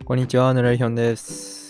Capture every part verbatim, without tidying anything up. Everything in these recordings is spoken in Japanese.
こんにちは、ぬらりひょんです、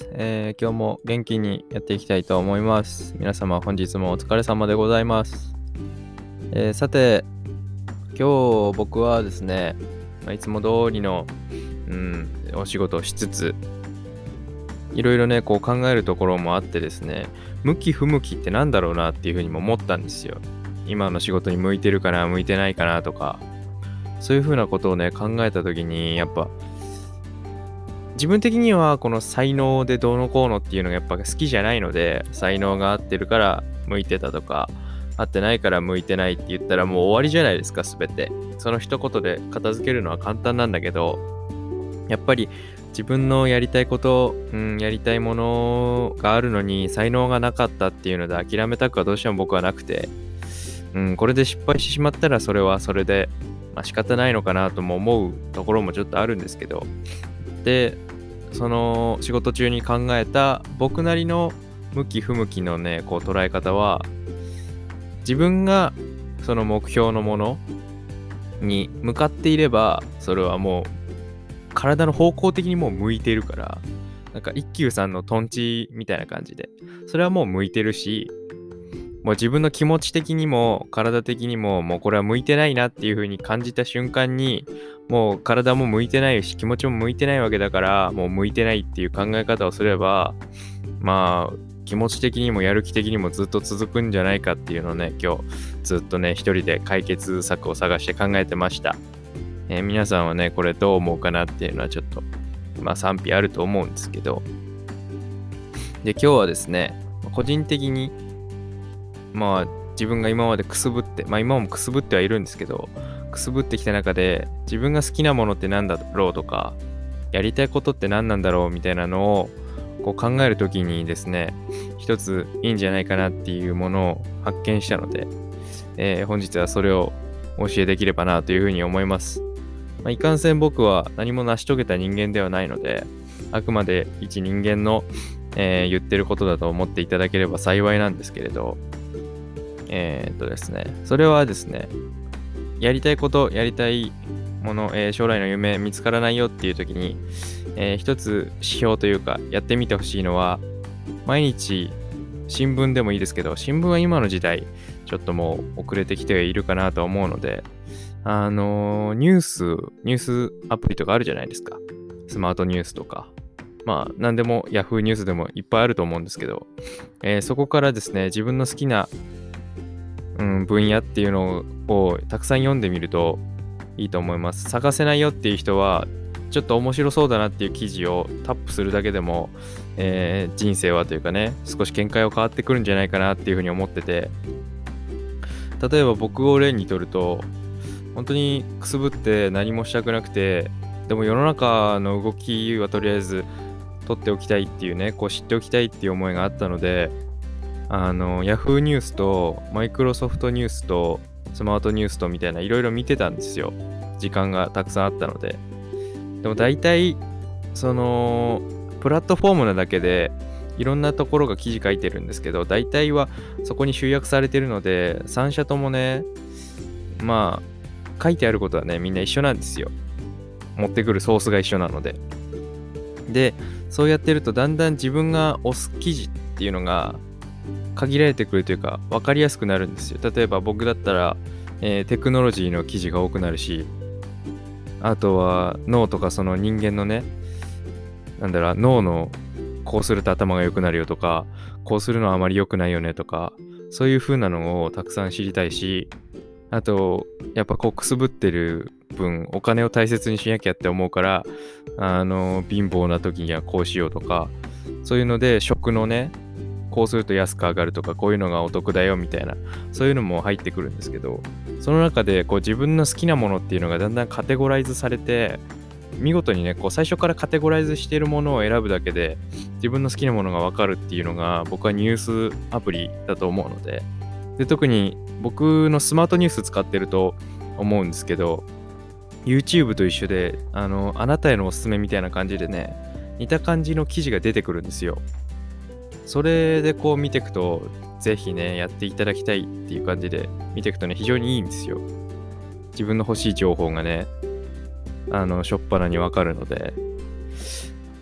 えー今日も元気にやっていきたいと思います。皆様本日もお疲れ様でございます。えーさて、今日僕はですね、まあいつも通りの、うん、お仕事をしつつ、いろいろね、こう考えるところもあってですね、向き不向きってなんだろうなっていうふうにも思ったんですよ。今の仕事に向いてるかな、向いてないかなとか、そういうふうなことをね、考えたときに、やっぱ、自分的にはこの才能でどうのこうのっていうのがやっぱ好きじゃないので、才能が合ってるから向いてたとか、合ってないから向いてないって言ったらもう終わりじゃないですか、すべて。その一言で片付けるのは簡単なんだけど、やっぱり自分のやりたいこと、うん、やりたいものがあるのに才能がなかったっていうので諦めたくはどうしても僕はなくて、うん、これで失敗してしまったらそれはそれで、まあ、仕方ないのかなとも思うところもちょっとあるんですけど、で、その仕事中に考えた僕なりの向き不向きのね、こう捉え方は、自分がその目標のものに向かっていれば、それはもう体の方向的にもう向いているから、なんか一休さんのトンチみたいな感じで、それはもう向いてるし、もう自分の気持ち的にも体的にももうこれは向いてないなっていう風に感じた瞬間に、もう体も向いてないし気持ちも向いてないわけだから、もう向いてないっていう考え方をすれば、まあ気持ち的にもやる気的にもずっと続くんじゃないかっていうのをね、今日ずっとね一人で解決策を探して考えてました。えー皆さんはねこれどう思うかなっていうのはちょっとまあ賛否あると思うんですけど、で今日はですね、個人的にまあ自分が今までくすぶって、まあ今もくすぶってはいるんですけど、くすぶってきた中で自分が好きなものって何だろうとか、やりたいことって何なんだろうみたいなのをこう考えるときにですね、一ついいんじゃないかなっていうものを発見したので、えー本日はそれをお教えできればなというふうに思います。まあ、いかんせん僕は何も成し遂げた人間ではないので、あくまで一人間の、えー言ってることだと思っていただければ幸いなんですけれど、えーっとですね、それはですね、やりたいこと、やりたいもの、えー将来の夢見つからないよっていう時に、えー一つ指標というか、やってみてほしいのは、毎日新聞でもいいですけど、新聞は今の時代、ちょっともう遅れてきているかなと思うので、あのーニュース、ニュースアプリとかあるじゃないですか。スマートニュースとか。まあ、なんでも Yahoo ニュースでもいっぱいあると思うんですけど、えーそこからですね、自分の好きなうん、分野っていうのをたくさん読んでみるといいと思います。探せないよっていう人は、ちょっと面白そうだなっていう記事をタップするだけでも、えー人生はというかね、少し見解を変わってくるんじゃないかなっていうふうに思ってて、例えば僕を例にとると、本当にくすぶって何もしたくなくて、でも世の中の動きはとりあえず取っておきたいっていうね、こう知っておきたいっていう思いがあったので、あの、Yahoo ニュースと、マイクロソフトニュースと、スマートニュースとみたいないろいろ見てたんですよ。時間がたくさんあったので。でも大体、その、プラットフォームなだけで、いろんなところが記事書いてるんですけど、大体はそこに集約されてるので、さん社ともね、まあ、書いてあることはね、みんな一緒なんですよ。持ってくるソースが一緒なので。で、そうやってると、だんだん自分が推す記事っていうのが、限られてくるというか分かりやすくなるんですよ。例えば僕だったら、えーテクノロジーの記事が多くなるし、あとは脳とかその人間のね、なんだろう、脳のこうすると頭が良くなるよとか、こうするのはあまり良くないよねとか、そういう風なのをたくさん知りたいし、あとやっぱこうくすぶってる分お金を大切にしなきゃって思うから、あの貧乏な時にはこうしようとか、そういうので食のね、こうすると安く上がるとか、こういうのがお得だよみたいな、そういうのも入ってくるんですけど、その中でこう自分の好きなものっていうのがだんだんカテゴライズされて、見事にね、こう最初からカテゴライズしているものを選ぶだけで、自分の好きなものがわかるっていうのが、僕はニュースアプリだと思うので、で、特に僕のスマートニュース使ってると思うんですけど、YouTube と一緒で、あの、あなたへのおすすめみたいな感じでね、似た感じの記事が出てくるんですよ。それでこう見ていくと、ぜひね、やっていただきたいっていう感じで見ていくとね、非常にいいんですよ。自分の欲しい情報がね、あの、しょっぱなにわかるので、う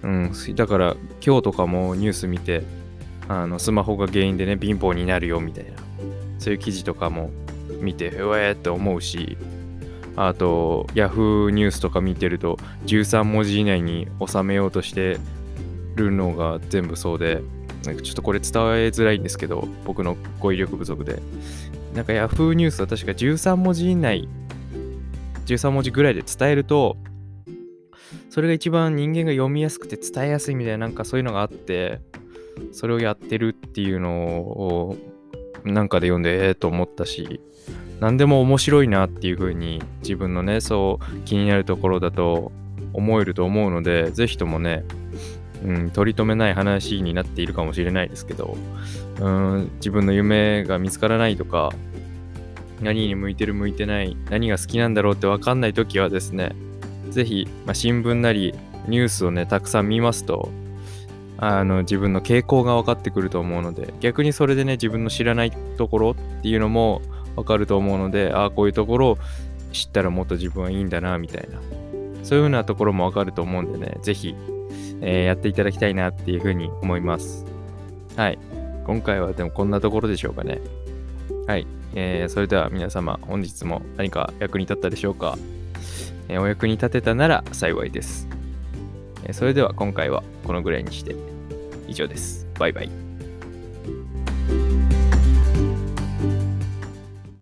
うん、だから今日とかもニュース見て、あのスマホが原因でね貧乏になるよみたいな、そういう記事とかも見てうえーって思うし、あとヤフーニュースとか見てるとじゅうさんもじ以内に収めようとしてるのが全部そうで、なんかちょっとこれ伝えづらいんですけど、僕の語彙力不足で、なんかヤフーニュースは確かじゅうさんもじ以内、じゅうさんもじぐらいで伝えると、それが一番人間が読みやすくて伝えやすいみたいな、なんかそういうのがあって、それをやってるっていうのをなんかで読んでええと思ったし、何でも面白いなっていう風に自分のね、そう気になるところだと思えると思うので、ぜひともね、うん、取り留めない話になっているかもしれないですけど、うん、自分の夢が見つからないとか、何に向いてる向いてない、何が好きなんだろうって分かんないときはですね、ぜひ、まあ、新聞なりニュースをねたくさん見ますと、あの自分の傾向が分かってくると思うので、逆にそれでね自分の知らないところっていうのも分かると思うので、ああこういうところを知ったらもっと自分はいいんだなみたいな、そういう風なところも分かると思うんでね、ぜひ、えーやっていただきたいなっていう風に思います。はい、今回はでもこんなところでしょうかね。はい、えーそれでは皆様本日も何か役に立ったでしょうか。えーお役に立てたなら幸いです。えーそれでは今回はこのぐらいにして以上です。バイバイ。